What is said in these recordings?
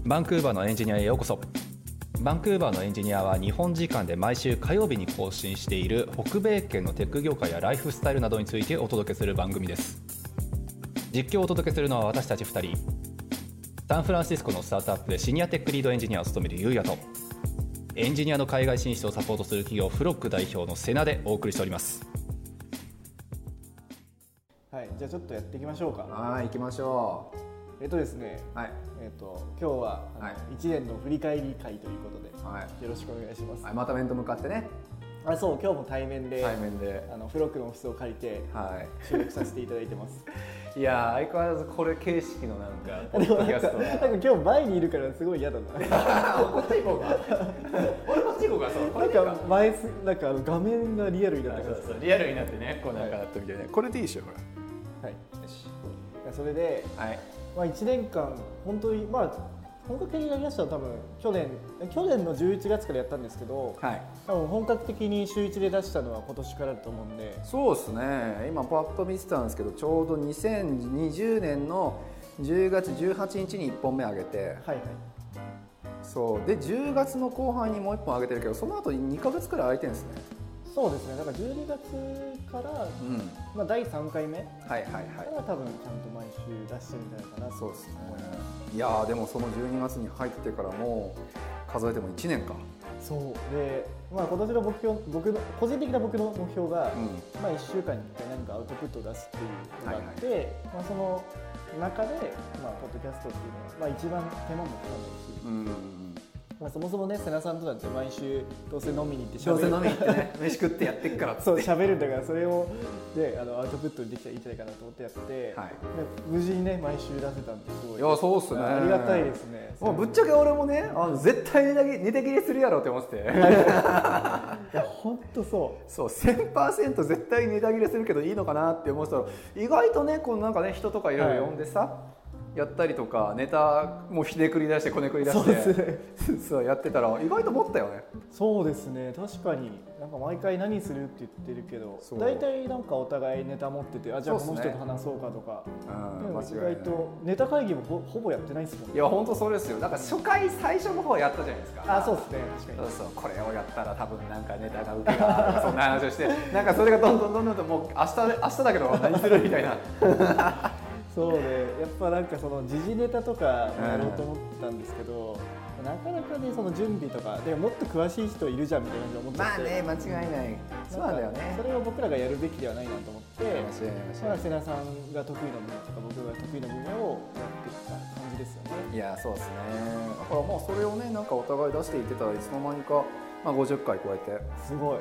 バンクーバーのエンジニアへようこそ。バンクーバーのエンジニアは日本時間で毎週火曜日に更新している北米圏のテック業界やライフスタイルなどについてお届けする番組です。実況をお届けするのは私たち2人、サンフランシスコのスタートアップでシニアテックリードエンジニアを務めるゆうやと、エンジニアの海外進出をサポートする企業フロック代表のセナでお送りしております。 はい、じゃあちょっとやっていきましょうか。 はい、行きましょう。 ですね、 はい、 今日は1年の振り返り会ということで、 はい、 よろしくお願いします。 はい、また面と向かってね。 そう、今日も対面でフロックのオフィスを借りて、 はい、 収録させていただいてます。 いや相変わらずこれ形式のなんかポッドキャストなんか今日前にいるからすごい嫌だな。 こっち行こうか。俺こっち行こうか。そうなんか前なんか画面がリアルになってます。 リアルになってね、こうなんかなったみたいな。これでいいでしょ、これ。 はい。よし。それで、 はい。 まあ1年間本当に本格的にやりだしたのは多分去年の11月からやったんですけど、はい、多分本格的に週1で出したのは今年からだと思うんで。 そうですね、今パッと見てたんですけど、ちょうど2020年の10月18日に1本目上げて、はいはい、そうで10月の後半にもう1本上げてるけど、その後2ヶ月くらい空いてるんですね。 そうですね、だから12月から、第3回目から多分ちゃんと毎週出してみたいかな。 そうですね。いやでもその12月に入ってからもう数えても1年か。 そうで、今年の目標、個人的な僕の目標が、1週間に1回何かアウトプットを出すっていうのがあって、その中で、ポッドキャストっていうのは、一番手間もかかるし、そもそもね、瀬名さんとだって毎週どうせ飲みに行ってどうせ飲みに行ってね、飯食ってやってっからっつってそう喋るんだから、それをでアウトプットにできたらいいんじゃないかなと思ってやって、はい、無事にね毎週出せたんですごい。 いや、そうっすね、 ありがたいですね。 もうぶっちゃけ俺もね、絶対寝て切れするやろって思ってて。いや本当そう 1000% 絶対ネタ切れするけどいいのかなって思ってたら、意外とね、こうなんかね、人とかいろいろ呼んでさ、やったりとか、ネタもうひねくり出してこねくり出してそうやってたら意外と持ったよね。 そうですね、確かになんか毎回何するって言ってるけど、大体なんかお互いネタ持ってて、じゃあこの人と話そうかとか、意外とネタ会議もほぼやってないですもんね。 いや本当そうですよ。なんか初回最初の方やったじゃないですか。 そうですね、確かに。 そうこれをやったら多分なんかネタが受けがとかそんな話をして、なんかそれがどんどんともう明日だけど何するみたいな。 そうで、やっぱなんかその時事ネタとかやろうと思ったんですけど、なかなかね、その準備とかでもっと詳しい人いるじゃんみたいな感じで思っちゃって、 間違いない。そうなんだよね。 それを僕らがやるべきではないなと思って、瀬名さんが得意な分野とか僕が得意な分野をやっていった感じですよね。 いや、そうですね。だからまあそれをね、なんかお互い出していってたらいつの間にか50回超えて、 すごい。もう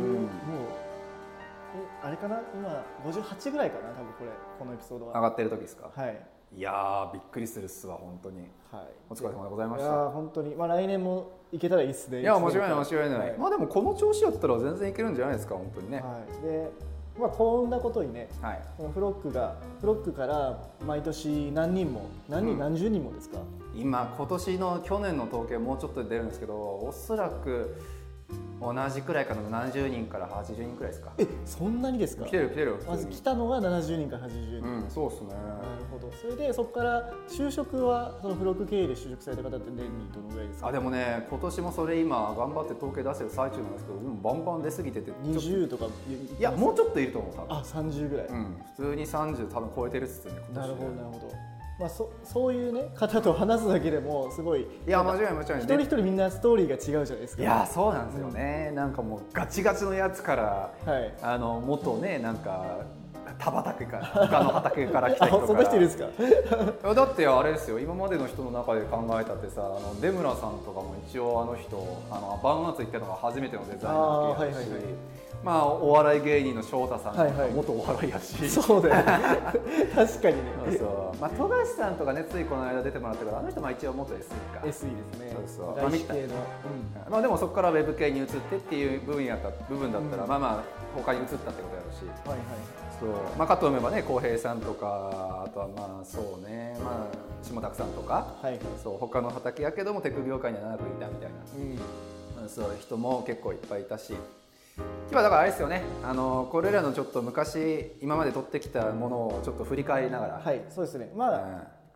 あれかな、今58ぐらいかな、多分このエピソードは上がってる時ですか。 はい。 いやびっくりするっすわ本当に。はい。お疲れ様でございました。 いや本当に、来年もいけたらいいっすね。 いや間違いない。はい、でもこの調子やったら全然いけるんじゃないですか本当にね。 はい。で、こんなことにね、はい、フロックから毎年何十人もですか。 今年の去年の統計もうちょっと出るんですけど、おそらく同じくらいかな、70人から80人くらいですか。 そんなにですか。 来てる。 まず来たのが70人から80人。 そうですね。なるほど。それでそこから就職はそのフロック経営で就職された方って年にどのぐらいですか。 でもね、今年もそれ今頑張って統計出してる最中なんですけど、バンバン出過ぎてて 20とか。 いやもうちょっといると思う。 30ぐらい。 普通に30多分超えてるっすね。 なるほど。そういうね方と話すだけでもすごい。いや間違いない。 一人一人みんなストーリーが違うじゃないですか。 いやそうなんですよね。なんかもうガチガチのやつから、元ね、なんか田畑から他の畑から来た人から。 そんな人いるんですか。 だってあれですよ、今までの人の中で考えたってさ、出村さんとかも一応バンアーツ行ったのが初めてのデザイナーだし、お笑い芸人の翔太さんとか元お笑いやし、 そうだよね。確かにね。 富樫さんとかね、ついこの間出てもらったから、あの人も一応元 SE か。 SE ですね。 外資系の。でもそこからウェブ系に移ってっていう部分だったら、他に移ったってことやろうし。そうかと思えばね、浩平さんとか、あとはそうね、下田さんとか、そう他の畑やけどもテク業界には長くいたみたいな、そういう人も結構いっぱいいたし。今日はだからあれですよね、これらのちょっと昔今まで取ってきたものをちょっと振り返りながら。 はい、そうですね。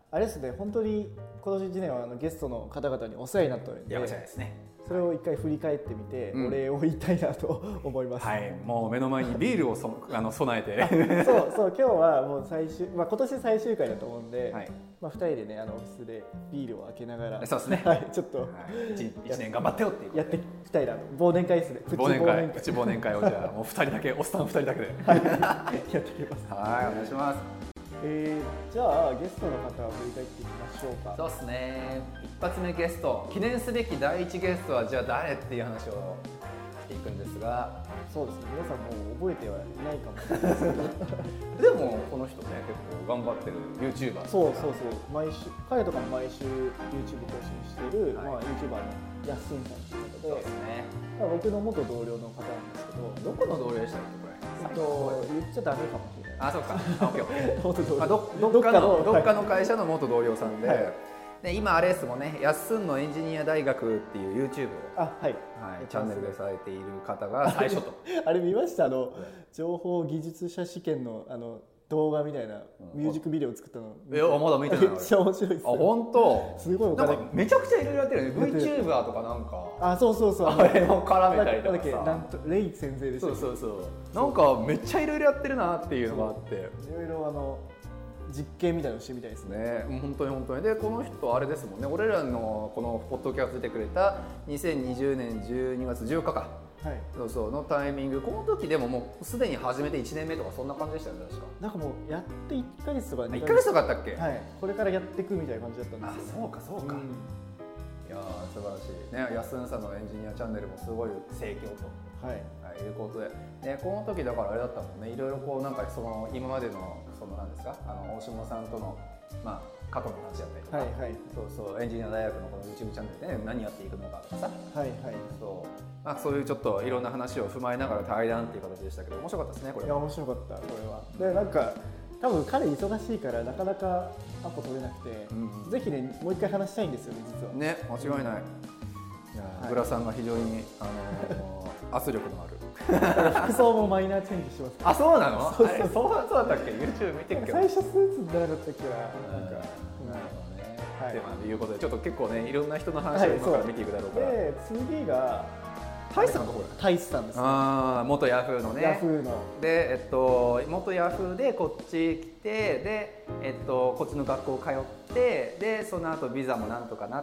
あれですね、本当に今年1年はゲストの方々にお世話になったので、 やばいですね。 それを一回振り返ってみて、お礼を言いたいなと思います。 はい、もう目の前にビールを備えてそう今日はもう最終、今年最終回だと思うんで、2人でねオフィスでビールを開けながら、 そうですね、 ちょっと、 1年頑張ってよってやっていきたいなと。忘年会ですね、 プチ忘年会をじゃあもう2人だけ、おっさん2人だけでやっていきます。 はい、お願いします。 じゃあゲストの方を振り返っていきましょうか。 そうですね、一発目ゲスト、記念すべき第一ゲストはじゃあ誰っていう話をしていくんですが、 そうですね、皆さんもう覚えてはいないかもしれないですけどでもこの人ね結構頑張ってる YouTuber、 そう毎週、彼とかも毎週 YouTube 更新している、YouTuber のやっすんさんということで、そうですね、僕の元同僚の方なんですけど、 どこの同僚でしたっけこれ。 言っちゃダメかもしれない。 あ、そうか。元同僚。どっかの会社の元同僚さんで、で今あれですもんね、やっすんのエンジニア大学っていう YouTube をチャンネルでされている方が最初と。 あれ見ました？情報技術者試験の動画みたいなミュージックビデオを作ったの。 いやまだ見てない。 めっちゃ面白いです。あ、 本当。 すごいお金。 めちゃくちゃいろいろやってるね。VTuber とかなんか。 あ、そうあれも絡めたりとかさ。 なんとレイ先生でした。 そう。なんかめっちゃいろいろやってるなっていうのがあって。いろいろ実験みたいなのしてみたいですね。 本当にでこの人あれですもんね。俺らのこのポッドキャスト出てくれた2020年12月14日か。そうのタイミング、この時でももうすでに始めて1年目とかそんな感じでしたよね、確か。 なんかもうやって1ヶ月とか 1ヶ月とかあったっけ。 はい、これからやっていくみたいな感じだったんですよ。 あ、そうか、いや素晴らしいね。やすんさんのエンジニアチャンネルもすごい盛況ということで、この時だからあれだったもんね、いろいろこうなんかその今までのそのなんですか、大下さんとの過去の話だったりとか、エンジニア大学のこの YouTube チャンネルで、ね、何やっていくのかとかさ、そういうちょっといろんな話を踏まえながら対談っていう形でしたけど、面白かったですねこれ。 いや面白かったこれは。でなんか多分彼忙しいからなかなかアポ取れなくて、ぜひねもう一回話したいんですよね実は。 ね、間違いない。グラさんが非常に圧力のある。 服装もマイナーチェンジします。 あ、そうなの？そうだったっけ？ YouTube 見てるけど。 最初スーツじゃなかったっけな。 なるほどね。ということでちょっと結構ねいろんな人の話を今から見ていくだろうから。 で次がタイスさんのところ。 タイスさんですね。 元ヤフーのね。 ヤフーの。 で元ヤフーでこっち来て、でこっちの学校通って、でその後ビザもなんとかなって、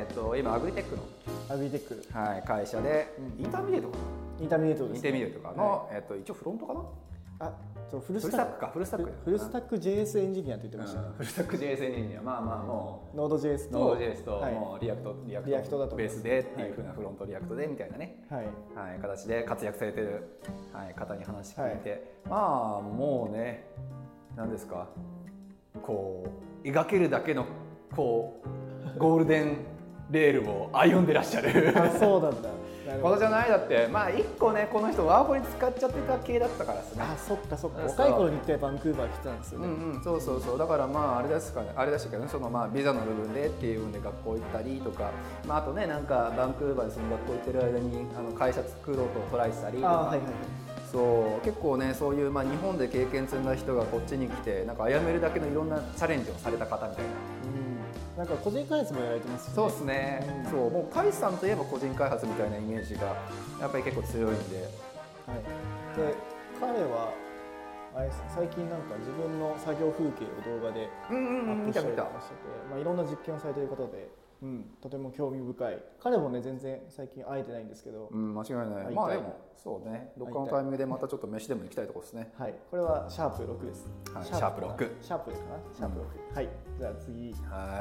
今アグリテックの会社でインターミディエートかな。 インターミディエートです。 インターミディエートかの一応フロントかな。 フルスタック JS エンジニアって言ってましたね。 フルスタック JS エンジニア、もうノード JS ともうリアクトだとベースでっていう風なフロントリアクトでみたいなね、形で活躍されてる方に話聞いて、もうね、何ですか、こう描けるだけのこうゴールデンレールを歩んでらっしゃる。 あ、そうなんだ。 ことじゃない。だって一個ね、この人ワーホリ使っちゃってた系だったからですね。 あ、そっか。若い頃に一回バンクーバー来てたんですよね。 そうだからあれでしたけどね、そのビザの部分でっていうので学校行ったりとか、あとね、なんかバンクーバーでその学校行ってる間に会社作ろうとトライしたりとか。そう結構ね、そういう日本で経験積んだ人がこっちに来て、なんか歩めるだけのいろんなチャレンジをされた方みたいな。 なんか個人開発もやられてますしね。 そうですね。もうカイさんといえば個人開発みたいなイメージがやっぱり結構強いんで。 で彼は最近なんか自分の作業風景を動画でアップしたりとかしてて、いろんな実験をされている方で、とても興味深い。彼もね全然最近会えてないんですけど。 間違いない。でもそうね、どっかのタイミングでまたちょっと飯でも行きたいところですね。 はい。これはシャープ6です。 シャープ6。 シャープですかな。シャープ6。はい。じゃあ次。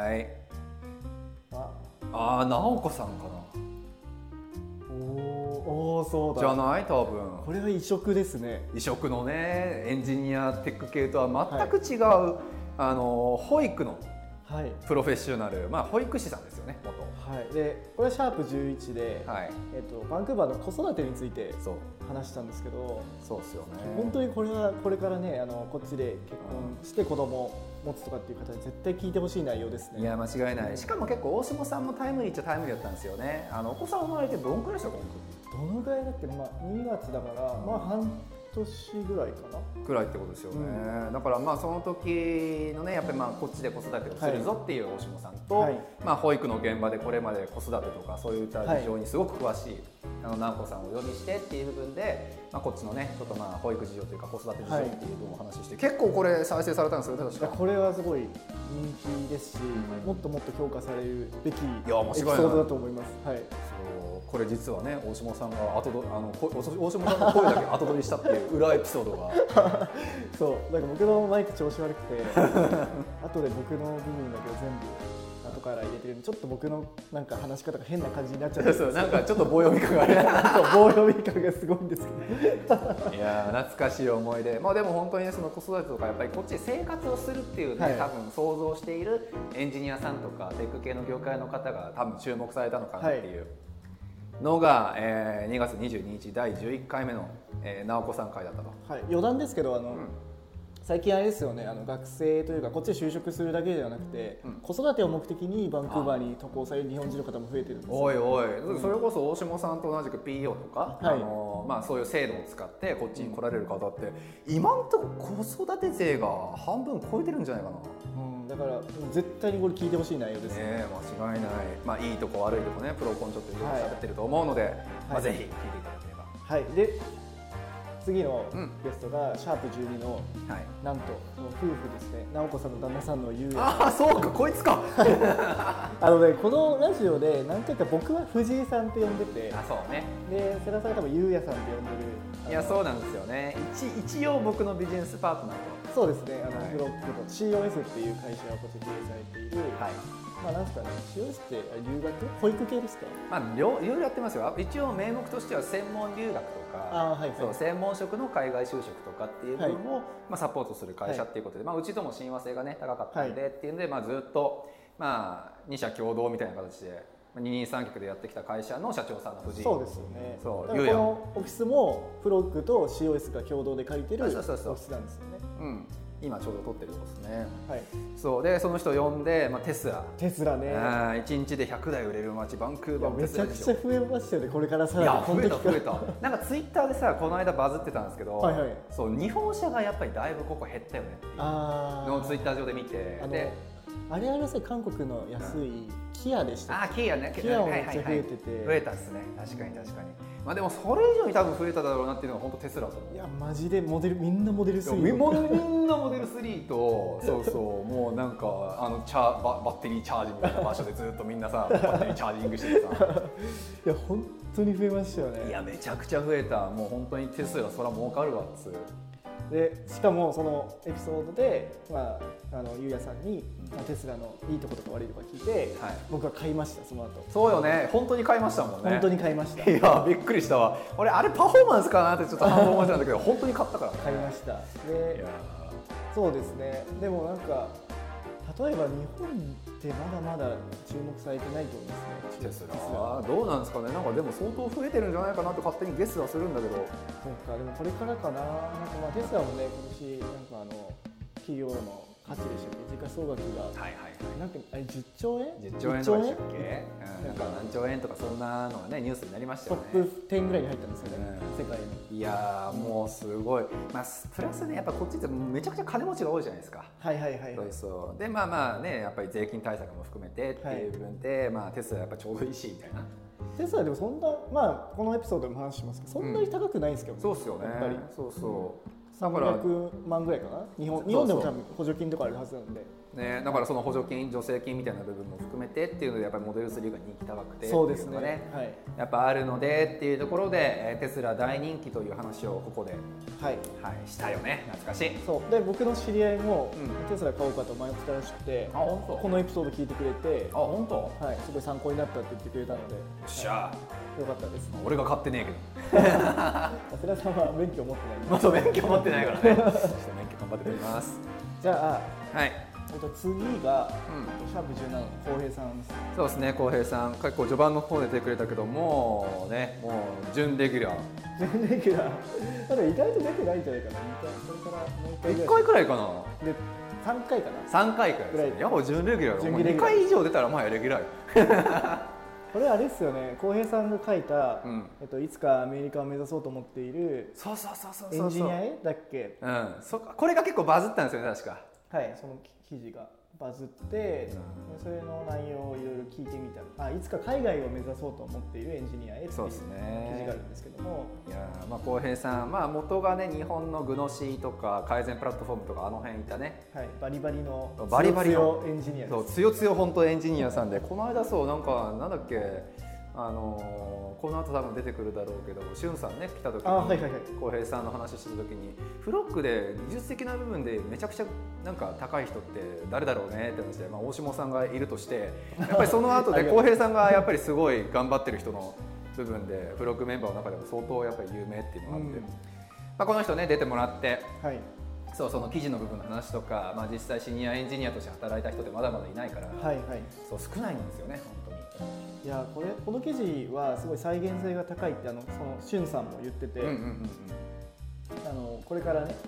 直子さんかな。 そうだ。 じゃない多分。 これは異色ですね。 異色のね、エンジニアテック系とは全く違う、保育のプロフェッショナル、保育士さんですよね、元。 でこれはシャープ11で、バンクーバーの子育てについて話したんですけど、 そうですよね。 本当にこれからね、こっちで結婚して子供を持つとかっていう方に絶対聞いてほしい内容ですね。 いや間違いない。しかも結構大下さんもタイムリーっちゃタイムリーだったんですよね。お子さん生まれてどのくらいでしたか？ どのぐらいだっけ、2月だから、半年ぐらいかなくらいってことですよね、だからまあその時のねやっぱりまあこっちで子育てをするぞっていう大下さんと、まあ保育の現場でこれまで子育てとかそういった事情にすごく詳しい直子さんをお呼びしてっていう部分で、まあ、こっちのねちょっとまあ保育事情というか子育て事情っていう部分をお話しして、結構これ再生されたんですよね確か。 これはすごい人気ですし、もっともっと評価されるべきエピソーードだと思います。はい。 これ実はね大下さんが大下さんの声だけ後取りしたっていう裏エピソードがそうなんか僕のマイク調子悪くて後で僕の部分だけを全部後から入れてるんでちょっと僕のなんか話し方が変な感じになっちゃってそうなんかちょっと棒読み感が棒読み感がすごいんですけどいや懐かしい思い出、まあ、でも本当に、ね、その子育てとかやっぱりこっちで生活をするっていうね、多分想像しているエンジニアさんとかテック系の業界の方が多分注目されたのかなっていう、のが、2月22日第11回目の、直子さん会だったと、 余談ですけど最近あれですよね学生というかこっちで就職するだけではなくて、子育てを目的にバンクーバーに渡航される日本人の方も増えてるんですよ。 おいおい、それこそ大下さんと同じく PO とか、まあ、そういう制度を使ってこっちに来られる方って今のところ子育て税が半分超えてるんじゃないかな。 だから絶対にこれ聞いてほしい内容ですね。 間違いない、まあ、いいとこ悪いとこねプロコンちょっといろいろ喋ってると思うので、まあ、ぜひ聞いていただければ。 はいで次のゲストがシャープ12の、なんと夫婦ですね直子さんの旦那さんのゆうや。 ああそうかこいつかねこのラジオで何回か僕は藤井さんって呼んでて、 そうね、 で世良さんが多分ゆうやさんって呼んでる。 いやそうなんですよね。一応僕のビジネスパートナーとそうですねフロックと COS っていう会社をこちら経営されている、まあなんですかね COS って留学保育系ですか。 まあいろいろやってますよ。一応名目としては専門留学とかそう専門職の海外就職とかっていう部分を、まあ、サポートする会社っていうことで、まあ、うちとも親和性がね高かったんで、っていうので、まあ、ずっと、まあ、2社共同みたいな形で二人三脚でやってきた会社の社長さんの藤井。 そうですよね。このオフィスもフロックと COS が共同で借りてるオフィスなんですよね。 今ちょうど撮ってるとこですね。そうでその人を呼んで、まあ、テスラね1日で100台売れる街バンクーバーめちゃくちゃ増えましたよねこれからさらに。 増えたなんかツイッターでさこの間バズってたんですけど、そう日本車がやっぱりだいぶここ減ったよねっていうのをツイッター上で見て、であれ韓国の安いキアでした。 キアね。 キアもめっちゃ増えてて、 増えたっすね。確かに。まあでもそれ以上に多分増えただろうなっていうのが本当テスラだと思う。 いやマジでみんなモデル3。 みんなモデル3とそうもうなんかバッテリーチャージみたいな場所でずっとみんなさバッテリーチャージングしててさ。 いや本当に増えましたよね。 いやめちゃくちゃ増えた。もう本当にテスラそら儲かるわっつう。 でしかもそのエピソードで、まあ、ゆうやさんに、テスラのいいとことか悪いとこ聞いて、僕は買いましたその後。そうよね本当に買いましたもんね。 本当に買いました。 いやびっくりしたわ。俺あれパフォーマンスかなってちょっと半分思ってたんだけど本当に買ったから、ね、 買いました。でそうですね。でもなんか例えば日本ってまだまだ注目されてないと思いますね。 テスラどうなんですかね。なんかでも相当増えてるんじゃないかなと勝手にゲスはするんだけど。 そうかでもこれからかな。なんかまあテスラもね今年なんか企業の価値でしたっけ、時価総額がなんかあれ10兆円 10兆円とかでしたっけ、なんか何兆円とかそんなのがねニュースになりましたよね。 トップ10ぐらいに入ったんですよね、世界の。 いやもうすごい、まあ、プラスねやっぱこっちってめちゃくちゃ金持ちが多いじゃないですか。そうでまあねやっぱり税金対策も含めてっていう部分で、まあ、テスラやっぱちょうどいいしみたいな。 テスラでもそんなまあこのエピソードでも話しますけどそんなに高くないんですけどね。 そうっすよね。やっぱり 300万ぐらいかな。日本でも多分補助金とかあるはずなんで。 ね、だからその補助金助成金みたいな部分も含めてっていうのでやっぱりモデル3が人気高くてそうですね、 やっぱあるのでっていうところでテスラ大人気という話をここでしたよね。懐かしい。 そうで僕の知り合いもテスラ買おうかと迷ってたらしくて、このエピソード聞いてくれて本当すごい参考になったって言ってくれたので、よかったです。 俺が買ってねえけど世良さんは免許持ってない。 まだ免許持ってないからね。ちょっと免許頑張ってくれます。 じゃあ次が、シャープ17の浩平さんです。 そうですね、浩平さん結構序盤の方で出てくれたけどもね、もう準レギュラー。 準レギュラー。ただ意外と出てないんじゃないかな。それからもう 1回くらいかな。 で3回かな。 3回くらいですね。やっぱ準レギュラー。2回以上出たらまあレギュラーよ。 これあれですよね、浩平さんが書いた、いつかアメリカを目指そうと思っているエンジニアだっけ、 これが結構バズったんですよね確か。 はい、その記事がバズって、それの内容をいろいろ聞いてみたら、いつか海外を目指そうと思っているエンジニアへっていう記事があるんですけども、 いや浩平さん、元がね日本のグノシーとか改善プラットフォームとかあの辺いたね、 はい、バリバリのエンジニアです。 そう強強本当エンジニアさんで、この間そうなんだっけ、この後多分出てくるだろうけど、しゅんさんね来た時に浩平さんの話してた時に、フロックで技術的な部分でめちゃくちゃなんか高い人って誰だろうねって話で、大下さんがいるとして、やっぱりその後で浩平さんがやっぱりすごい頑張ってる人の部分でフロックメンバーの中でも相当やっぱり有名っていうのがあって、この人ね出てもらって、その記事の部分の話とか、実際シニアエンジニアとして働いた人ってまだまだいないから、そう少ないんですよね本当に。 いやこの記事はすごい再現性が高いってそのしゅんさんも言ってて、これからね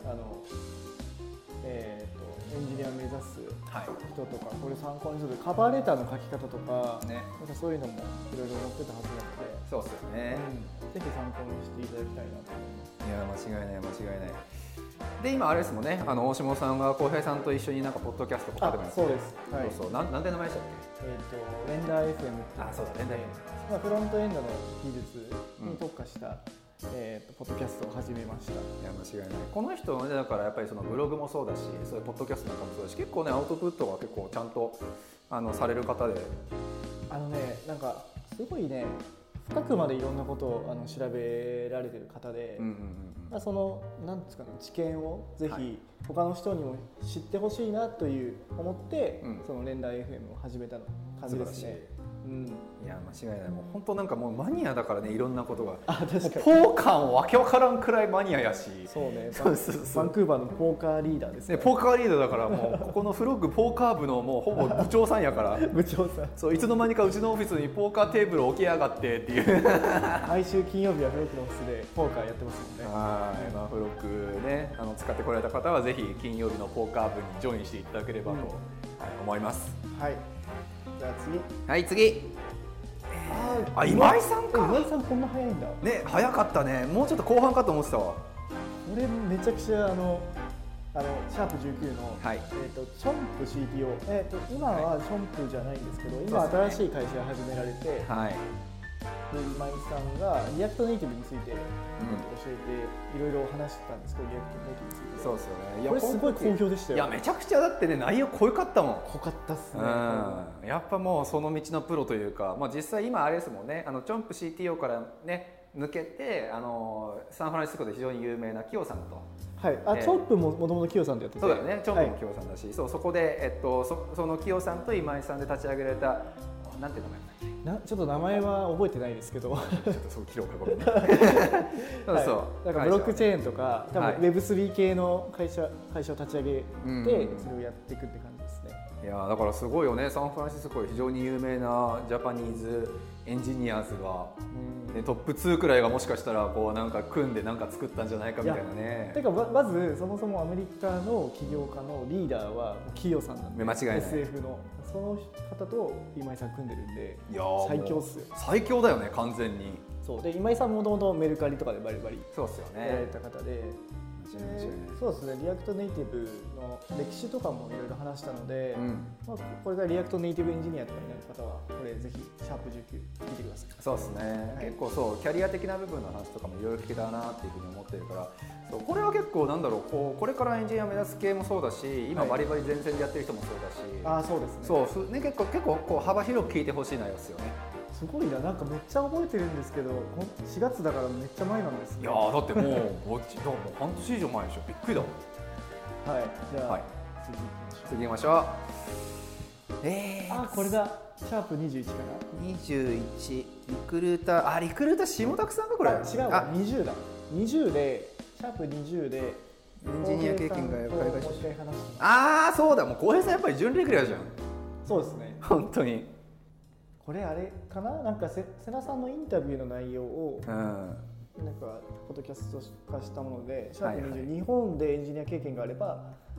エンジニアを目指す人とか、これ参考にするカバーレターの書き方とか、なんかそういうのもいろいろ載ってたはずなので、 そうですよね、 ぜひ参考にしていただきたいなと思います。 いや間違いないで、今あれですもんね、大下さんが浩平さんと一緒になんかポッドキャストとかでもやってる。そうです、なんで名前でしたっけ？レンダー FM っていうそうだ、レンダー FM、 フロントエンドの技術に特化した、ポッドキャストを始めました。いや間違いない。この人ねだからやっぱりそのブログもそうだし、そういうポッドキャストなんかもそうだし、結構ねアウトプットが結構ちゃんとされる方で、 なんかすごいね深くまでいろんなことを調べられてる方で、そのなんですかね、知見をぜひ他の人にも知ってほしいなという思って、そのレンダー FM を始めた感じですね。 いや間違いない。もう本当なんかもうマニアだからね、いろんなことが。 確かにポーカーもわけわからんくらいマニアやし。 そうね。バンクーバーのポーカーリーダーですね。 ポーカーリーダーだからもうここのフロッグポーカー部のもうほぼ部長さんやから。 部長さん。 そういつの間にかうちのオフィスにポーカーテーブル置きやがってっていう。 毎週金曜日はフロッグのオフィスでポーカーやってますもんね。 フロッグね使ってこられた方はぜひ金曜日のポーカー部にジョインしていただければと、思います。 はい。じゃあ次。 はい次。今井さんか。 今井さんこんな早いんだ。 ね、早かったね。もうちょっと後半かと思ってたわ。 これめちゃくちゃシャープ19の、チョンプ CTO、今はチョンプじゃないんですけど、今新しい会社を始められて、で今井さんがリアクトネイティブについて教えていろいろ話してたんですけど、リアクトネイティブについて。そうですよね。これすごい好評でしたよ。 いやめちゃくちゃだってね、内容濃かったもん。 濃かったっすね。 やっぱもうその道のプロというか、実際今あれですもんね、チョンプ CTO からね抜けてサンフランシスコで非常に有名なキヨさんと。 はい、チョンプももともとキヨさんとやってて。 そうだよね、チョンプもキヨさんだし、そこでそのキヨさんと今井さんで立ち上げられたなんていう名前ちょっと名前は覚えてないですけど、ちょっとそう記録がごめんね。 なんかブロックチェーンとか多分 Web3 系の会社を立ち上げてそれをやっていくって感じですね。 いやだからすごいよね。サンフランシスコで非常に有名なジャパニーズエンジニアーズが、トップ2くらいがもしかしたらこうなんか組んでなんか作ったんじゃないかみたいなね。 てかまずそもそもアメリカの起業家のリーダーはキヨさんなんで、 間違いない。 SF のその方と今井さん組んでるんで、最強っすよ。 最強だよね完全に。 そうで今井さんもともとメルカリとかでバリバリそうですよねやられた方で。そうですね、リアクトネイティブの歴史とかもいろいろ話したので、これからリアクトネイティブエンジニアとかになる方はこれぜひシャープ19聞いてください。 そうですね、結構そうキャリア的な部分の話とかもいろいろ聞けたなっていうふうに思ってるから、そうこれは結構なんだろう、これからエンジニア目指す系もそうだし、今バリバリ前線でやってる人もそうだし、 そうですね。 そうね、結構こう幅広く聞いてほしい内容ですよね。 すごいな、なんかめっちゃ覚えてるんですけど、4月だからめっちゃ前なんですね。 いやだってもう半年以上前でしょ。びっくりだもん。 はい、じゃあ、 次行きましょう。これだ、シャープ21かな。 21リクルーター、リクルーター下田さんかこれ。 違うわ、20だ。20でシャープ20でエンジニア経験が海外出身。そうだ、もう浩平さんやっぱり準レギュラーじゃん。 そうですね。 本当に。 これあれかな、なんか瀬名さんのインタビューの内容を、なんかポッドキャスト化したもので、シャープ20、日本でエンジニア経験があれば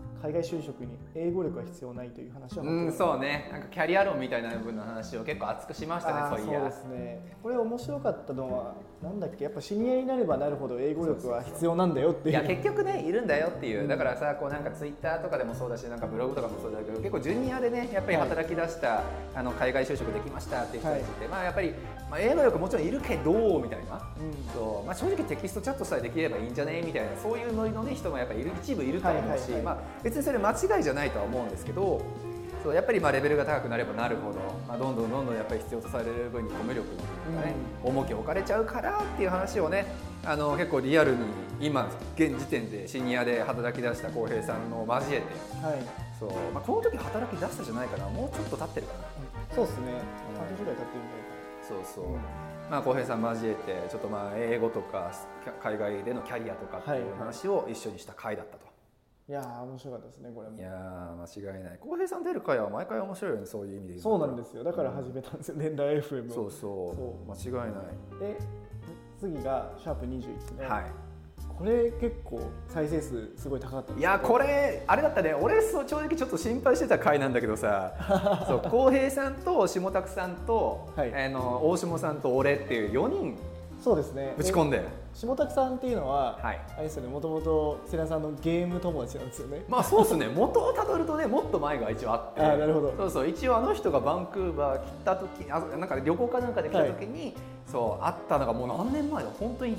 海外就職に英語力が必要ないという話はそうね、なんかキャリア論みたいな部分の話を結構熱くしましたね。 そうですね。これ面白かったのはなんだっけ、やっぱシニアになればなるほど英語力は必要なんだよっていう。 いや結局ねいるんだよっていう。だからさ、こうなんかツイッターとかでもそうだし、なんかブログとかもそうだけど、結構ジュニアでねやっぱり働き出した、海外就職できましたっていう人たちって、まあやっぱり、英語力もちろんいるけどみたいな、そう正直テキストチャットさえできればいいんじゃねみたいな、そういうノリのね人もやっぱり一部いると思うし、別にそれ間違いじゃないとは思うんですけど、そうやっぱりレベルが高くなればなるほど、どんどんやっぱり必要とされる分にコミュ力の、重きを置かれちゃうからっていう話をね、結構リアルに今現時点でシニアで働き出した浩平さんの交えて、そうこの時働き出したじゃないかな、もうちょっと経ってるかな。 そうですね、半年ぐらい経ってるんで。 そう浩平さん交えてちょっと英語とか海外でのキャリアとかっていう話を一緒にした回だったと。 いやー面白かったですねこれも。 いやー間違いない。浩平さん出る回は毎回面白いよね、そういう意味で言う。 そうなんですよ、だから始めたんですよ、年代 FM を。 そう間違いない。 で次がシャープ21ね。 はい。 これ結構再生数すごい高かったんです。 いやこれあれだったね、俺正直ちょっと心配してた回なんだけどさそう浩平さんと下拓さんと、大下さんと俺っていう4人そうですねぶち込んで、 下拓さんっていうのは、あれですよね、もともと瀬名さんのゲーム友達なんですよね。 そうですね、元をたどるとねもっと前が一応あって、 なるほど。 そう一応あの人がバンクーバー来た時、なんか旅行かなんかで来た時に、そう会ったのがもう何年前だ、本当に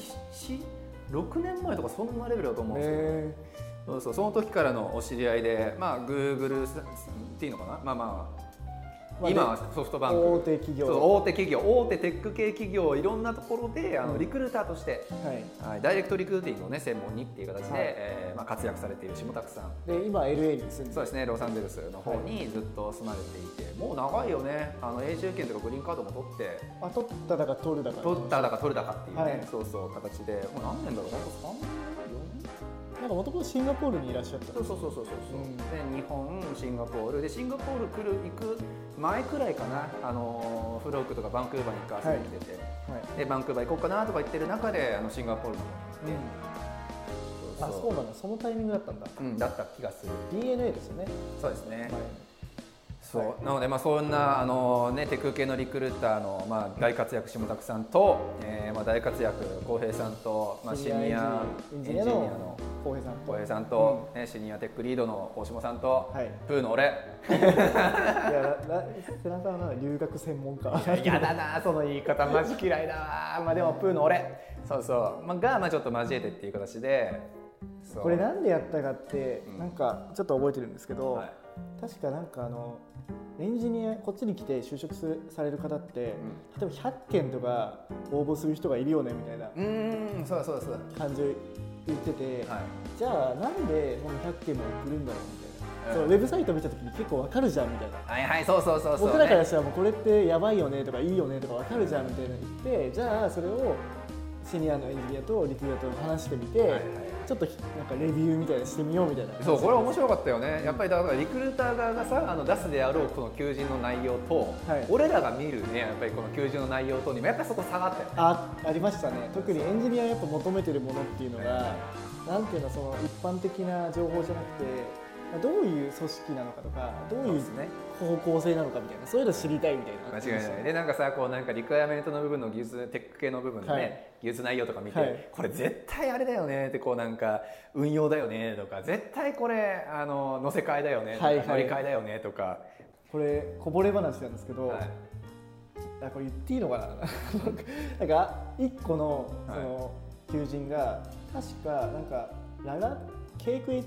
6年前とかそんなレベルだと思うんですよ。その時からのお知り合いで、Google っていうのかな、今はソフトバンク、 大手企業、 大手テック系企業、いろんなところでリクルーターとして、ダイレクトリクルーティングのね専門にっていう形で、活躍されている下拓さんで、今 LA に住んで、 そうですね、ロサンゼルスの方にずっと住まれていて、もう長いよね。永住権とかグリーンカードも取って、 取っただか取るだかっていうね、形でもう何年だろう、本当3年なんかもともとシンガポールにいらっしゃった。 そう、で日本、シンガポールで、シンガポール行く前くらいかな、フロークとかバンクーバーに行かせてて、でバンクーバー行こうかなとか言ってる中でシンガポールの方に行って、 そうなんだ、そのタイミングだったんだ。 だった気がする。 DNA ですよね。 そうですね。なのでそんなテク系のリクルーターの大活躍下拓さんと、大活躍浩平さんと、シニアエンジニアの浩平さんと、シニアテックリードの大下さんと、プーの俺。 いや瀬名さんは留学専門家。 やだなその言い方、マジ嫌いだわ。でもプーの俺がちょっと交えてっていう形で、 これなんでやったかって、なんかちょっと覚えてるんですけど、確かなんかエンジニアこっちに来て就職される方って、例えば100件とか応募する人がいるよねみたいな感じで言ってて、じゃあなんでこの100件も送るんだろうみたいな、ウェブサイト見た時に結構わかるじゃんみたいな、僕らからしたらもうこれってやばいよねとかいいよねとかわかるじゃんみたいな言って、じゃあそれをシニアのエンジニアとリクルーターと話してみて、ちょっとなんかレビューみたいなしてみようみたいな。 そう、これ面白かったよね。やっぱりだからリクルーター側がさ出すであろうこの求人の内容と、俺らが見るねやっぱりこの求人の内容とにもやっぱりそこ差があったよね。 ありましたね。特にエンジニアがやっぱ求めてるものっていうのが、なんていうの、その一般的な情報じゃなくて、どういう組織なのかとか、どういう方向性なのかみたいな、そういうの知りたいみたいな。 間違いない。でなんかさ、こうなんかリクエアメントの部分の技術テック系の部分のね、技術内容とか見て、これ絶対あれだよねってこうなんか運用だよねとか、絶対これ乗せ替えだよねとか、乗り換えだよねとか。 これこぼれ話なんですけど、これ言っていいのかななんか1個のその求人が確かなんかケーク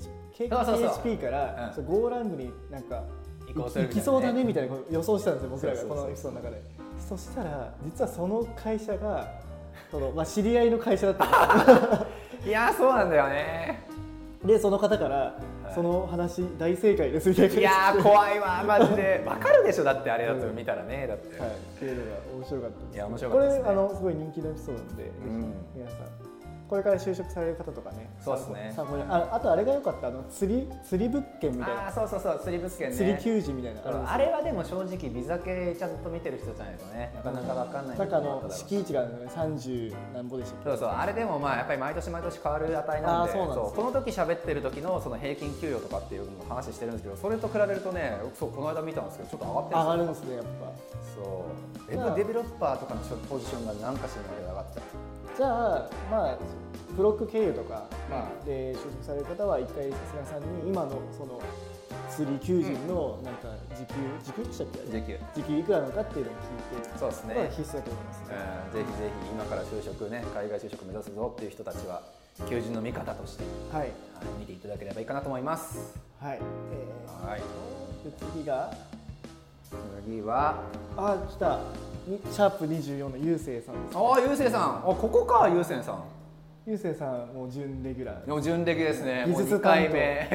PHP からゴーラングになんか行きそうだねみたいな予想したんですよ、僕らがこのエピソードの中で。そしたら実はその会社が知り合いの会社だったんですいやそうなんだよね。 でその方からその話大正解ですみたいな。 いや怖いわマジで。わかるでしょ、だってあれだと見たらね、だって。 っていうのが面白かったです。 いや面白かったですね。 これすごい人気のエピソードなので、ぜひ皆さんこれから就職される方とかね、 そうですね。 あとあれが良かった、釣り物件みたいな。 そう釣り物件ね。 釣り給仕みたいな。 あれはでも正直ビザ系ちゃんと見てる人じゃないとね、なかなか分かんない。 なんか敷地が30何歩でしたっけ。 あれでもまあやっぱり毎年毎年変わる値なんで、この時喋ってる時のその平均給与とかっていうのも話してるんですけど、それと比べるとね、そうこの間見たんですけどちょっと上がってるんですよ。 上がるんですね、やっぱ。 そう。ウェブデベロッパーとかのポジションが何か知らないけど上がってた。 じゃあまあブロック経由とかで就職される方は一回菅さんに今のその釣り求人のなんか時給でしたっけ？時給いくらなのかっていうのを聞いて、 そうですね。 必須だと思いますね。 ぜひぜひ今から就職ね、海外就職目指すぞっていう人たちは求人の見方として見ていただければいいかなと思います。 はい。 はい。 で次は来た。シャープ24のゆうせいさんです、ね。 ゆうせいさん。ここか、ゆうせいさん。 ゆうせいさんもう準レギュラー。 もう準レギュですね。もう2回目。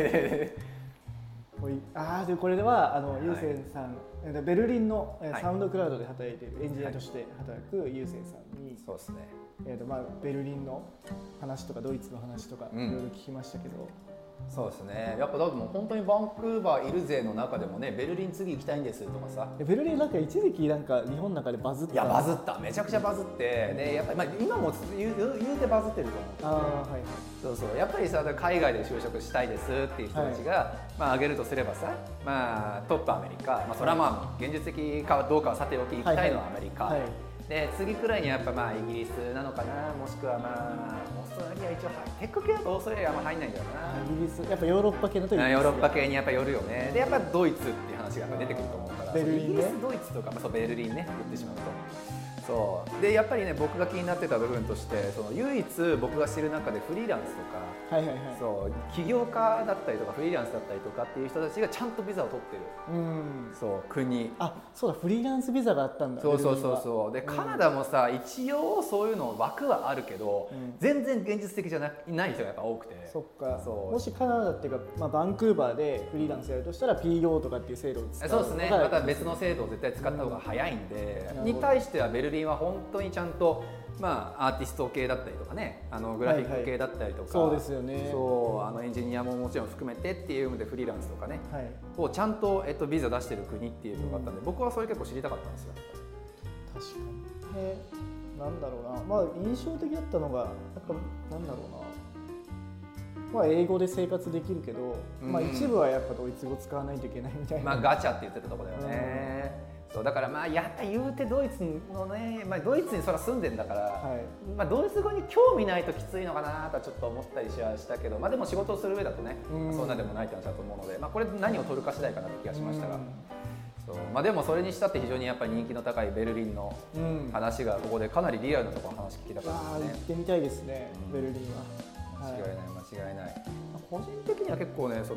でこれではゆうせいさん、ベルリンのサウンドクラウドで働いているエンジニアとして働くゆうせいさんに、 そうですね。 ベルリンの話とかドイツの話とかいろいろ聞きましたけど。 そうですね。やっぱだってもう本当にバンクーバーいる勢の中でもね、ベルリン次行きたいんですとかさ。 ベルリンなんか一時期なんか日本の中でバズった。 いやバズった。めちゃくちゃバズって、でやっぱり今も言うてバズってると思う。 はい。 そうやっぱりさ、海外で就職したいですっていう人たちが挙げるとすればさ、トップアメリカ、それは現実的かどうかはさておき行きたいのはアメリカ。で次くらいにやっぱイギリスなのかな、もしくはオーストラリア、一応テック系だとオーストラリアは入んないんだよな。 イギリスやっぱヨーロッパ系のとヨーロッパ系にやっぱ寄るよね。でやっぱドイツっていう話が出てくると思うから、 ベルリンね、 イギリスドイツとか、ベルリンね言ってしまうと。そうでやっぱりね、僕が気になってた部分として、その唯一僕が知る中でフリーランスとか、そう起業家だったりとかフリーランスだったりとかっていう人たちがちゃんとビザを取ってる、そう国、 そうだ、フリーランスビザがあったんだ。 そうでカナダもさ、一応そういうの枠はあるけど、全然現実的じゃない人がやっぱ多くて。 そっか。もしカナダっていうか、バンクーバーでフリーランスやるとしたら PO とかっていう制度を使う。 そうですね。また別の制度を絶対使った方が早いんで、に対してはベルリンは本当にちゃんとアーティスト系だったりとかね、グラフィック系だったりとか、 そうですよね。 エンジニアももちろん含めてっていうのでフリーランスとかね、をちゃんとビザ出してる国っていうのがあったんで、僕はそれ結構知りたかったんですよ。 確かに。なんだろうな、印象的だったのがやっぱなんだろうな。英語で生活できるけど、一部はやっぱドイツ語使わないといけないみたいな。 ガチャって言ってたところだよね。そうだからやっぱ言うてドイツのね、ドイツにそら住んでんだから、ドイツ語に興味ないときついのかなとはちょっと思ったりしたけど、でも仕事をする上だとね、そんなでもないって話だと思うので、これ何を取るか次第かなって気がしましたが、そうでもそれにしたって非常にやっぱり人気の高いベルリンの話がここでかなりリアルなところの話聞きたかったですね。 行ってみたいですね、ベルリンは。 間違いない。個人的には結構ね、こ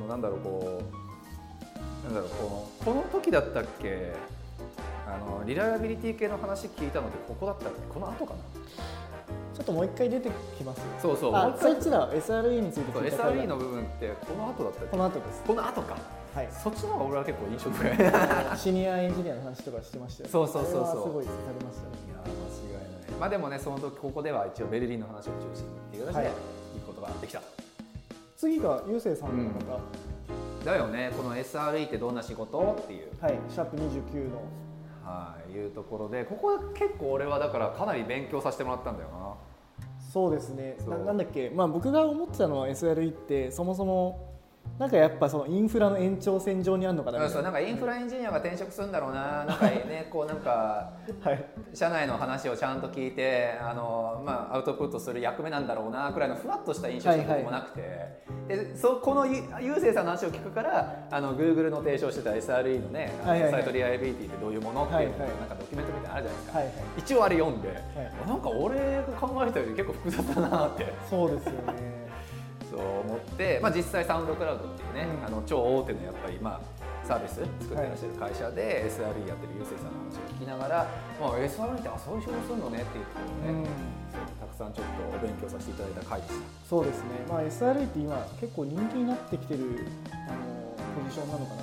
の時だったっけ、リライアビリティ系の話聞いたのってここだったっけ、この後かな。 ちょっともう一回出てきます。 そう。 そっちだ。SRE について聞いた。 SRE の部分ってこの後だったっけ。 この後です。 この後か。そっちの方が俺は結構印象深い。 シニアエンジニアの話とかしてましたよね。 そう。 すごい刺さりましたね。 いや間違いない。でもね、その時ここでは一応ベルリンの話を中心にっていう形でいいことができた。 次がゆうせいさんの方。 だよね。この SRE ってどんな仕事っていう。 シャープ29の。 いうところで、ここ結構俺はだからかなり勉強させてもらったんだよな。 そうですね。なんだっけ、僕が思ってたのは SRE ってそもそもなんかやっぱそのインフラの延長線上にあるのかなみたいな。 そう、なんかインフラエンジニアが転職するんだろうな、なんかね、社内の話をちゃんと聞いてアウトプットする役目なんだろうなくらいのふわっとした印象しか僕もなくて、でこのゆうせいさんの話を聞くからGoogle の提唱してた SRE のね、サイトリライアビリティってどういうものっていうのなんかドキュメントみたいなのあるじゃないですか。一応あれ読んで、なんか俺が考えたより結構複雑だなって。 そうですよね。 そう思って、実際サウンドクラウドっていうね、超大手のやっぱりサービス作ってらっしゃる会社で SRE やってるゆうせいさんの話を聞きながら、SRE ってそういう仕事するのねっていうところをね、たくさんちょっとお勉強させていただいた回でした。 そうですね。SRE って今結構人気になってきてるポジションなのかなと思ってて、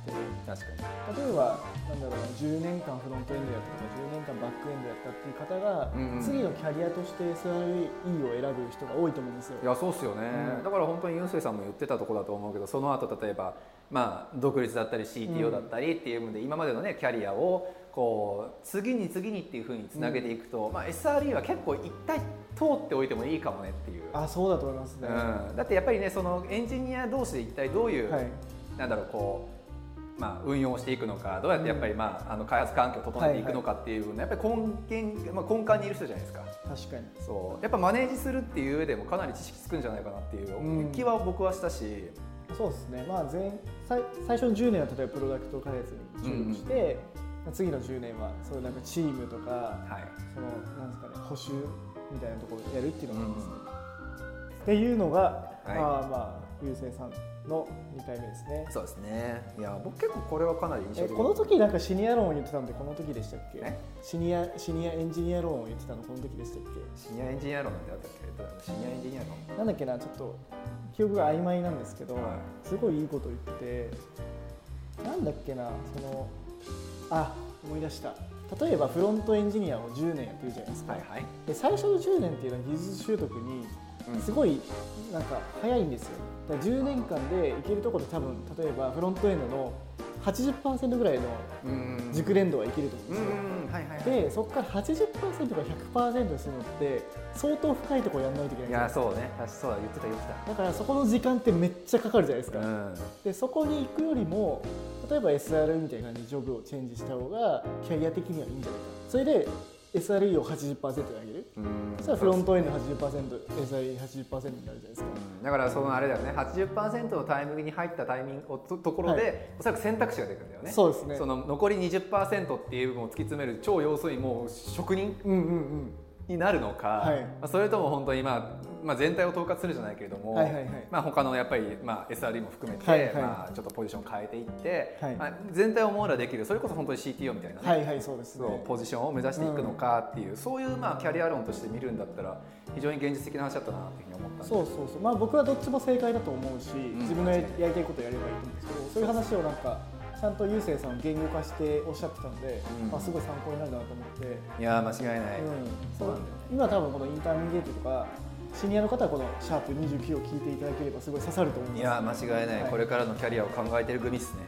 して、 確か例えばなんだろうな、10年間フロントエンドやったとか10年間バックエンドやったっていう方が、次のキャリアとして SRE を選ぶ人が多いと思うんですよ。 いやそうっすよね、だから本当にユンスイさんも言ってたところだと思うけど、その後例えばまあ独立だったり CTO だったりっていうので、今までのねキャリアをこう次にっていう風につなげていくと、まあ SRE は結構一体通っておいてもいいかもねっていう。 あ、そうだと思いますね。 だってやっぱりね、そのエンジニア同士で一体どういう、なんだろう、こうまあ運用をしていくのか、どうやってやっぱりまあ開発環境を整えていくのかっていう、やっぱり根幹にいる人じゃないですか。 確かに。 そうやっぱマネージするっていう上でもかなり知識つくんじゃないかなっていう気は僕はしたし。 そうですね。まあ最初の10年は例えばプロダクト開発に注力して、次の10年はそういうなんかチームとか、そのなんですかね、補修みたいなところをやるっていうのがありますね。っていうのが、まあゆうせいさんの2回目ですね。 そうですね。いや僕結構これはかなり印象的。 この時なんかシニア論を言ってたのでこの時でしたっけ？シニアエンジニア論を言ってたのこの時でしたっけ？ シニアエンジニア論なんてあったっけ？シニアエンジニア論なんだっけな、ちょっと記憶が曖昧なんですけど、すごいいいこと言ってて、なんだっけな、その思い出した。例えばフロントエンジニアを10年やってるじゃないですか。で最初の10年っていうのは技術習得にすごいなんか早いんですよ。だから10年間でいけるところで多分例えばフロントエンドの 80% ぐらいの熟練度はいけると思うんですよ。でそこから 80% か 100% にするのって相当深いところやらないといけない。 いやそうね、そうだ、言ってた。 だからそこの時間ってめっちゃかかるじゃないですか。でそこに行くよりも例えば SRE みたいな感じでジョブをチェンジした方がキャリア的にはいいんじゃないか。それで SRE を 80% で上げる。そしたらフロントエンド 80%、SRE80% になるじゃないですか。 だからそのあれだよね、80% のタイミングに入ったタイミングところで、おそらく選択肢が出てくるんだよね。 そうですね。 その残り 20% っていう部分を突き詰める超要するにもう職人になるのか、それとも本当にまあ全体を統括するじゃないけれども、まあ他のやっぱりまあ SRE も含めてまあちょっとポジションを変えていって、全体を網羅できる、それこそ本当に CTO みたいなポジションを目指していくのかっていう、そういうまあキャリア論として見るんだったら非常に現実的な話だったなというふうに思ったんで。 そう。まあ僕はどっちも正解だと思うし、自分のやりたいことをやればいいと思うんですけど、そういう話をなんかちゃんとゆうせいさん言語化しておっしゃってたので、すごい参考になるなと思って。 いや間違いない。 今多分このインターミディエートとかシニアの方はこのシャープ29を聞いていただければすごい刺さると思います。 いや間違いない、これからのキャリアを考えてる組ですね。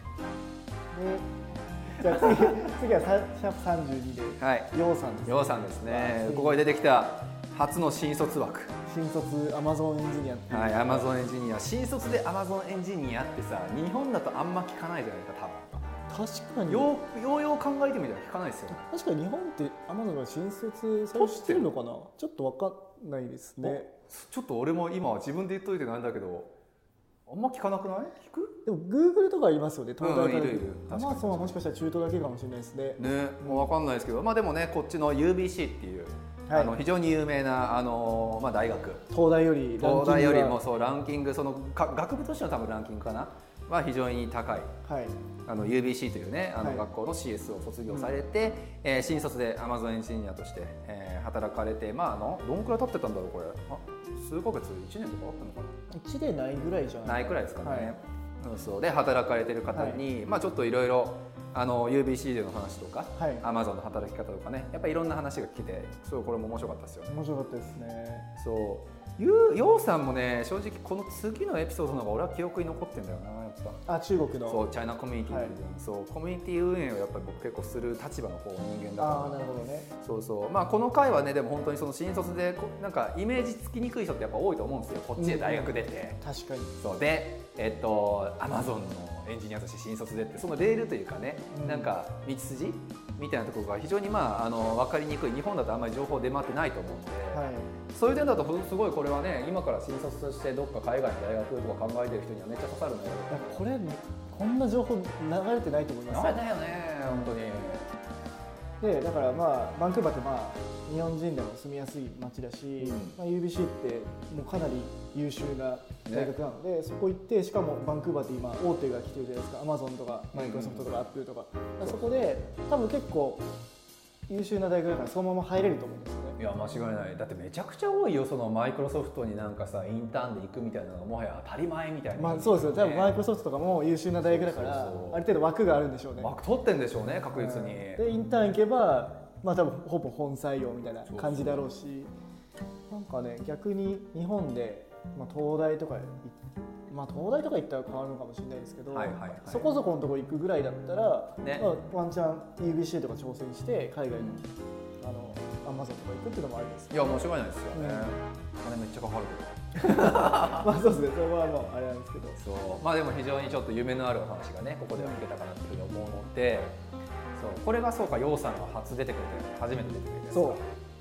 じゃあ次はシャープ32で、ようさんですね。 ようさんですね。ここで出てきた初の新卒枠。 新卒 Amazon エンジニアっていう。 Amazon エンジニア。新卒で Amazon エンジニアってさ、日本だとあんま聞かないじゃないですか、多分。 確かによう考えてみたら聞かないですよね。 確かに日本ってアマゾンが新卒されてるのかな、ちょっと分かんないですね。 ちょっと俺も今自分で言っといてなんだけど、あんま聞かなくない？聞く？ でも Google とかいますよね、東大から。 いる。 アマゾンはもしかしたら中東だけかもしれないですね。 もう分かんないですけど、まあでもね、こっちの UBC っていう、非常に有名なまあ大学。 東大よりもそうランキング、その学部としての多分ランキングかな。は非常に高い、UBC というね学校の CS を卒業されて、新卒で Amazon エンジニアとして、働かれて、まあどんくらい経ってたんだろうこれ、数ヶ月、1年とかあったのかな。 1年ないぐらいじゃないくらいですかね。そうで働かれてる方に、まあちょっといろいろUBC での話とか、Amazon の働き方とかね、やっぱりいろんな話が来て、すごいこれも面白かったですよね。 面白かったですね。 ようさんもね、正直この次のエピソードの方が俺は記憶に残ってんだよな、やっぱ。 中国の。 そう、チャイナコミュニティの部分、そうコミュニティ運営をやっぱり僕結構する立場の方人間だから。 なるほどね。 そうまあこの回はね、でも本当にその新卒でなんかイメージつきにくい人ってやっぱ多いと思うんですよ。こっちで大学出て。 確かに。 そうでAmazon のエンジニアとして新卒でって、そのレールというかね、なんか道筋みたいなところが非常にまあ分かりにくい。日本だとあんまり情報出回ってないと思うんで、そういう点だとすごいこれはね、今から新卒としてどっか海外の大学とか考えてる人にはめっちゃ刺さるのよ。 これこんな情報流れてないと思います。 流れてないよね、本当に。 でだからまあバンクーバーってまあ日本人でも住みやすい街だし、UBC ってもうかなり優秀な大学なので、そこ行って、しかもバンクーバーって今大手が来てるじゃないですか。アマゾンとかマイクロソフトとかアップルとか、そこで多分結構優秀な大学だからそのまま入れると思うんですよね。 いや間違いない。だってめちゃくちゃ多いよ、そのマイクロソフトになんかさインターンで行くみたいなのがもはや当たり前みたいな、 まあそうですよ、多分マイクロソフトとかも優秀な大学だからある程度枠があるんでしょうね。 枠取ってんでしょうね、確実に。 でインターン行けばまあ多分ほぼ本採用みたいな感じだろうし、なんかね逆に日本で、まあ、東大とか行ったら変わるのかもしれないですけど、そこそこのところ行くぐらいだったら、ね、まあ、ワンチャン UBC とか挑戦して海外の、アマゾンとか行くっていうのもありです。 いや間違いないですよね、金めっちゃかかるけどまあそうですね、それはまああれなんですけど、 そうまあでも非常にちょっと夢のあるお話がねここでは聞けたかなっていうふうに思うので、そうこれがそうか、楊さんが初めて出てくれてそう、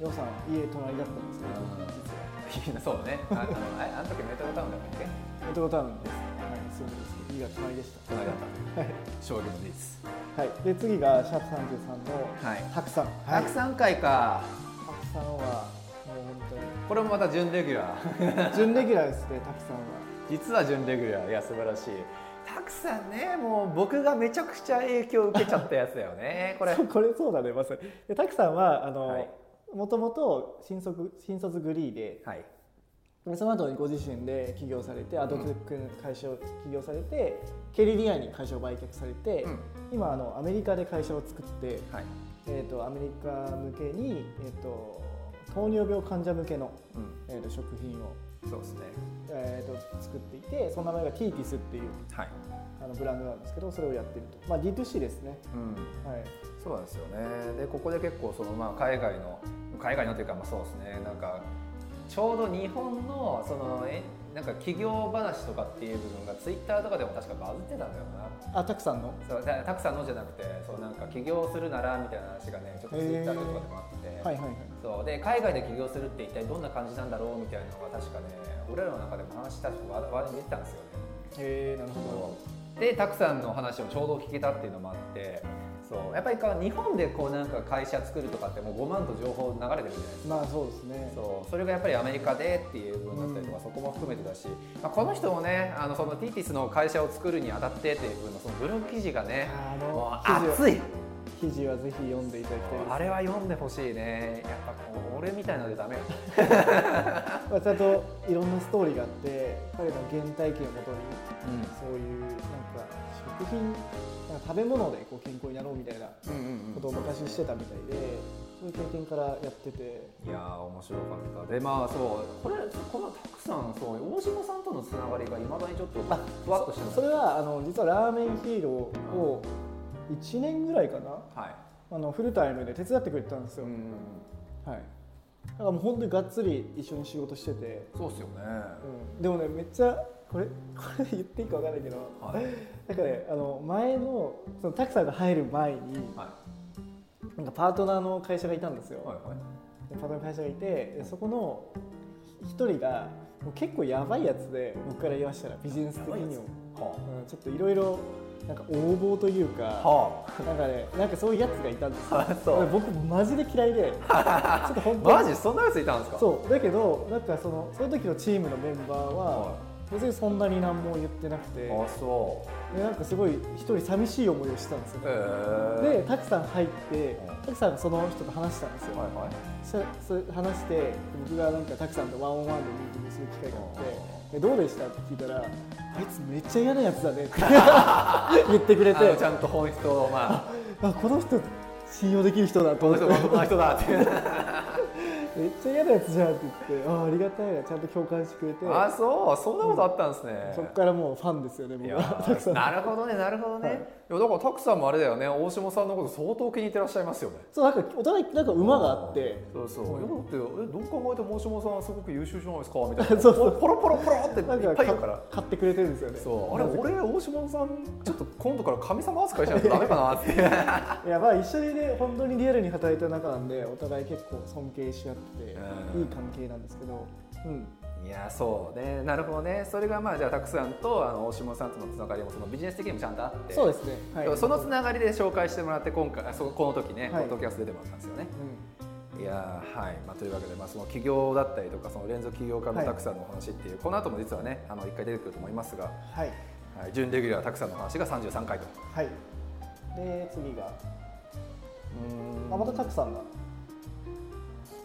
楊さん家隣だったんですけど、 そうね、あの時メトロタウンだったっけ？ メトロタウンです。はい、そうです。家が隣でした。 隣だった。はい。衝撃の事実。 はい。で次がシャープ33のタクさん。 タクさん会か。 タクさんはもう本当に。 これもまた準レギュラー。 準レギュラーですね、タクさんは。 実は準レギュラー。いや素晴らしい。タクさんね、もう僕がめちゃくちゃ影響を受けちゃったやつだよね。これそうだね、まさに。でタクさんはもともと新卒グリーで。はい。その後にご自身で起業されて、アドテックの会社を起業されて、ケリリアに会社を売却されて、今アメリカで会社を作って、アメリカ向けに、糖尿病患者向けの、食品をそうですね、 作っていて、その名前がティーティスっていう、ブランドなんですけど、それをやっていると、まあ、D2C ですね、 そうなんですよね。でここで結構まあ、海外のというか、まあ、そうですね、なんかちょうど日本のなんか企業話とかっていう部分がツイッターとかでも確かバズってたんだよな。 タクさんの？ そう、タクさんのじゃなくて、なんか起業するならみたいな話がね、ちょっとツイッターとかでもあって、そうで海外で起業するって一体どんな感じなんだろうみたいなのが確かね、俺らの中でも話した人が出てたんですよね。 なるほど。でタクさんの話をちょうど聞けたっていうのもあって。そうやっぱり日本でこうなんか会社作るとかってもう5万と情報流れてるじゃないですか。 まあそうですね。 それがやっぱりアメリカでっていう部分だったりとか、そこも含めてだし、まあ、この人もねそのティーティスの会社を作るにあたってっていう部分のそのブログ記事がねもう熱い記事はぜひ読んでいただきたいです。 あれは読んでほしいね。やっぱ俺みたいなのでダメよまあちゃんといろんなストーリーがあって、彼の原体験をもとに、そういうなんか食品なんか食べ物でこう健康になろうみたいなことを昔してたみたいで、そういう経験からやってて、 いやー面白かった。でまあそうこのたくさんそう大島さんとのつながりがいまだにちょっとふわっとしてます。 それは実はラーメンヒーローを1年ぐらいかな、フルタイムで手伝ってくれてたんですよ。はい。だからもう本当にがっつり一緒に仕事してて。 そうっすよね。 でもねめっちゃこれ言っていいか分かんないけど、なんかね前のそのタクさんが入る前に、なんかパートナーの会社がいたんですよ。パートナーの会社がいて、そこの一人がもう結構やばいやつで、僕から言わしたらビジネス的にも、ちょっといろいろなんか横暴というか、なんかねなんかそういうやつがいたんですよ。僕マジで嫌いで、ちょっと本当にマジそんなやついたんですか？ そうだけどなんかその時のチームのメンバーは。別にそんなに何も言ってなくて、でなんかすごい一人寂しい思いをしたんですよ。でタクさん入ってタクさんがその人と話したんですよ。それ話して僕がなんかタクさんとワンオンワンでミーティングする機会があって、どうでしたって聞いたら、あいつめっちゃ嫌なやつだねって言ってくれて、 ちゃんと本質をこの人信用できる人だと思って、 この人だってめっちゃ嫌なやつじゃんって言って、ありがたいな、ちゃんと共感してくれて、 そんなことあったんですね。 そこからもうファンですよね、僕は。 なるほどね、なるほどね。いやだからタクさんもあれだよね、大島さんのこと相当気に入ってらっしゃいますよね。 そう、なんかお互いなんか馬があって、 そうだってどう考えても大島さんはすごく優秀じゃないですかみたいな、ポロポロっていっぱい言うから買ってくれてるんですよね。 そう、あれ俺大島さんちょっと今度から神様扱いしないとダメかなって。 いやまあ一緒にね本当にリアルに働いた仲なんで、お互い結構尊敬し合ってていい関係なんですけど。 いやそうね、なるほどね。それがまあじゃあタクさんと大島さんとのつながりもそのビジネス的にもちゃんとあって、 そうですね、 そのつながりで紹介してもらって、今回この時ねポッドキャスト出てもらったんですよね。いやはい、というわけで、その起業だったりとかその連続起業家のタクさんのお話っていう、この後も実はね一回出てくると思いますが、準レギュラータクさんの話が33回と。 で次がまたタクさんが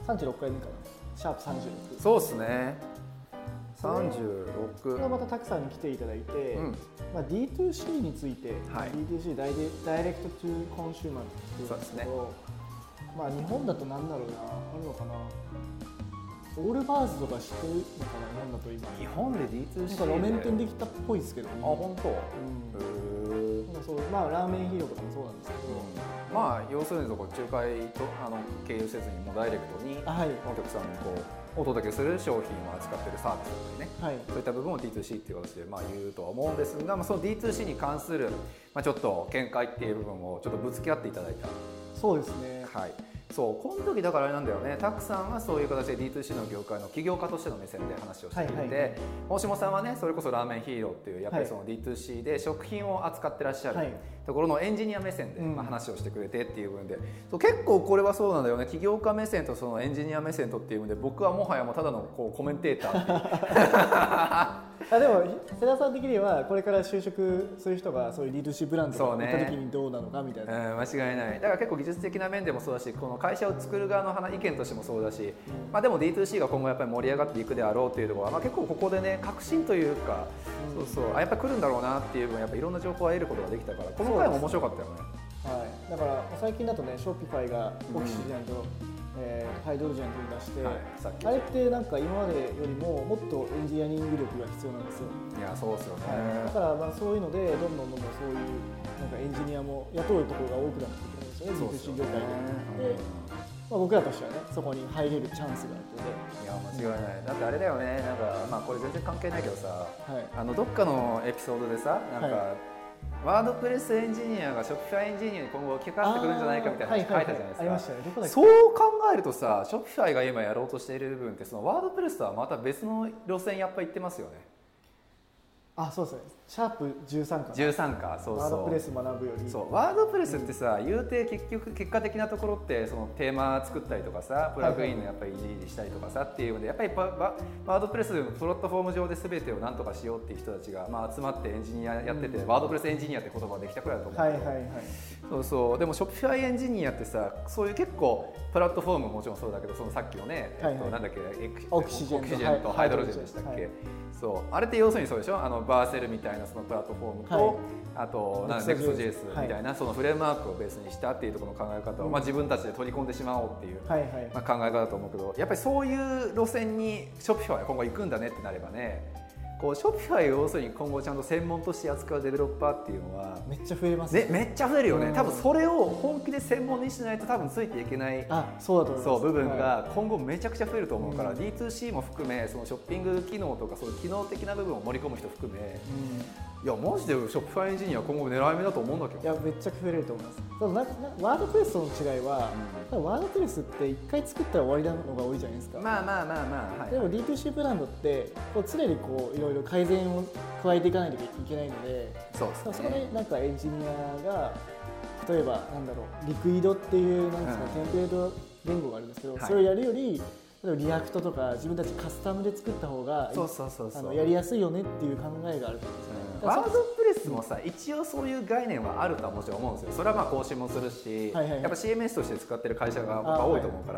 36回目かな、シャープ36。 そうですね、36。 これはまたたくさんに来ていただいて、まあ、D2C について、はい、D2C ダイレクトトゥコンシューマーっていうんですけど、まあ、日本だとなんだろうな、あるのかな、オールバーズとか知ってるのかな、日本だと今。 日本で D2C なんか路面店できたっぽいですけどね。 あ、本当。 なんかそう、まあラーメンヒーローとかもそうなんですけど、 まあ要するにそこ仲介と経由せずにもうダイレクトにお客さんにこうお届けする商品を扱っているサービスだったりね、そういった部分を D2C っていう形でまあ言うとは思うんですが、まあ、その D2C に関するまあちょっと見解っていう部分をちょっとぶつけ合っていただいた。 そうですね。 はい。そう、この時だからあれなんだよね、たくさんはそういう形で D2C の業界の起業家としての目線で話をしていて、大下さんはね、それこそラーメンヒーローっていうやっぱりその D2C で食品を扱ってらっしゃるところのエンジニア目線でまあ話をしてくれてっていう部分で、そう結構これはそうなんだよね、起業家目線とそのエンジニア目線とっていう部分で、僕はもはやもうただのこうコメンテーターっていうでも世田さん的にはこれから就職する人がそういう D2C ブランドが行った時にどうなのかみたいな、 間違いない。だから結構技術的な面でもそうだし、この会社を作る側の意見としてもそうだし、まあ、でも D2C が今後やっぱり盛り上がっていくであろうっていうところは、まあ、結構ここでね確信というか、やっぱり来るんだろうなっていう分やっぱいろんな情報を得ることができたから、この回も面白かったよね。 はい、だから最近だとね、ショッピファイがオキシジェンと、ハイドロジェンと出して、あれってなんか今までよりももっとエンジニアリング力が必要なんですよ。 いや、そうですよね。 だからまあそういうのでどんどんそういうなんかエンジニアも雇うところが多くなってくるんですよね、D2C 業界で。まあ、僕らとしてはね、そこに入れるチャンスがあるので。 いや、間違いない。だってあれだよね、なんかまあこれ全然関係ないけどさ、どっかのエピソードでさ、なんか、ワードプレスエンジニアがショッピファイエンジニアに今後置き換わってくるんじゃないかみたいな話書いたじゃないですか。 ありましたね。どこだっけ？ そう考えるとさ、ショッピファイが今やろうとしている部分ってそのワードプレスとはまた別の路線やっぱ行ってますよね。 あ、そうですね。シャープ13か。 13か、そうそう。 ワードプレス学ぶより。 そう、ワードプレスってさ、言うて結果的なところってそのテーマ作ったりとかさ、プラグインのやっぱりいじりしたりとかさっていうので、やっぱりワードプレスのプラットフォーム上で全てを何とかしようっていう人たちがまあ集まってエンジニアやってて、ワードプレスエンジニアって言葉ができたくらいだと思うんだけど、そうそう。でもショッピファイエンジニアってさ、そういう結構プラットフォームももちろんそうだけど、そのさっきのね、なんだっけ、オキシジェンとハイドロジェンでしたっけ。そう、あれって要するにそうでしょ、バーセルみたいなそのプラットフォームと、あとNext.js みたいなそのフレームワークをベースにしたっていうところの考え方を、まあ、自分たちで取り込んでしまおうっていう、まあ、考え方だと思うけど、やっぱりそういう路線にショッピファイは今後行くんだねってなればね、こうショッピファイを要するに今後ちゃんと専門として扱うデベロッパーっていうのはめっちゃ増えますね。 めっちゃ増えるよね。多分それを本気で専門にしないと多分ついていけない部分が今後めちゃくちゃ増えると思うから、D2C も含めそのショッピング機能とかそういう機能的な部分を盛り込む人含め、いやマジでショッピファイエンジニア今後狙い目だと思うんだけど。 いやめっちゃ増えると思います。ワードプレスとの違いは、ワードプレスって1回作ったら終わりなのが多いじゃないですか。 まあ、 でも D2C ブランドってこう常にこういろいろ改善を加えていかないといけないので、そこでなんかエンジニアが例えばなんだろう、リクイドっていうなんですか、テンプレート言語があるんですけど、それをやるよりリアクトとか自分たちカスタムで作った方がやりやすいよねっていう考えがあると思うんですね。 ワードプレスもさ、一応そういう概念はあるとはもちろん思うんですよ。それはまあ更新もするし、やっぱ CMS として使ってる会社が多いと思うから、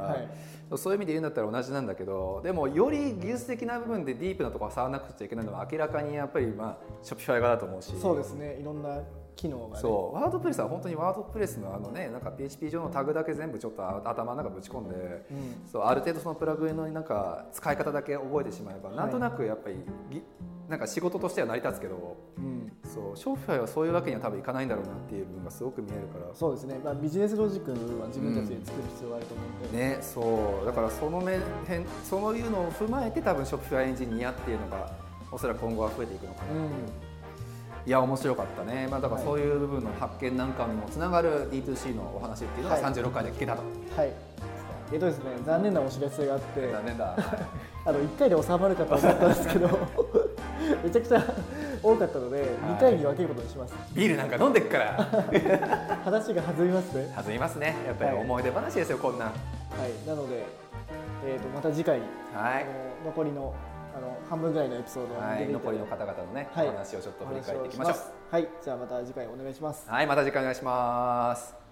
そういう意味で言うんだったら同じなんだけど、でもより技術的な部分でディープなところは触らなくちゃいけないのは明らかにやっぱりまあショッピファイ側だと思うし。 そうですね、いろんな機能がね。 そう、ワードプレスは本当にワードプレスのね、なんか PHP 上のタグだけ全部ちょっと頭の中ぶち込んで、そうある程度そのプラグインのなんか使い方だけ覚えてしまえば、なんとなくやっぱりなんか仕事としては成り立つけど、そうショッピファイはそういうわけには多分いかないんだろうなっていう部分がすごく見えるから。 そうですね、まあ、ビジネスロジックの部分は自分たちで作る必要があると思うんで、 ね、そうだからそういうのを踏まえて多分ショッピファイエンジニアっていうのがおそらく今後は増えていくのかな、いや面白かったね。まあ、だからそういう部分の発見なんかにもつながる D2C のお話っていうのが36回で聞けたと。 はい、ですね、残念なお知らせがあって、 残念だ 1回で収まるかと思ったんですけどめちゃくちゃ多かったので2回に分けることにします。 ビールなんか飲んでっから話が弾みますね。 弾みますね。やっぱり思い出話ですよ、こんな。 なので、また次回、残りの半分ぐらいのエピソードを残りの方々のね、お話をちょっと振り返っていきましょう。 はい、じゃあまた次回お願いします。 はい、また次回お願いします。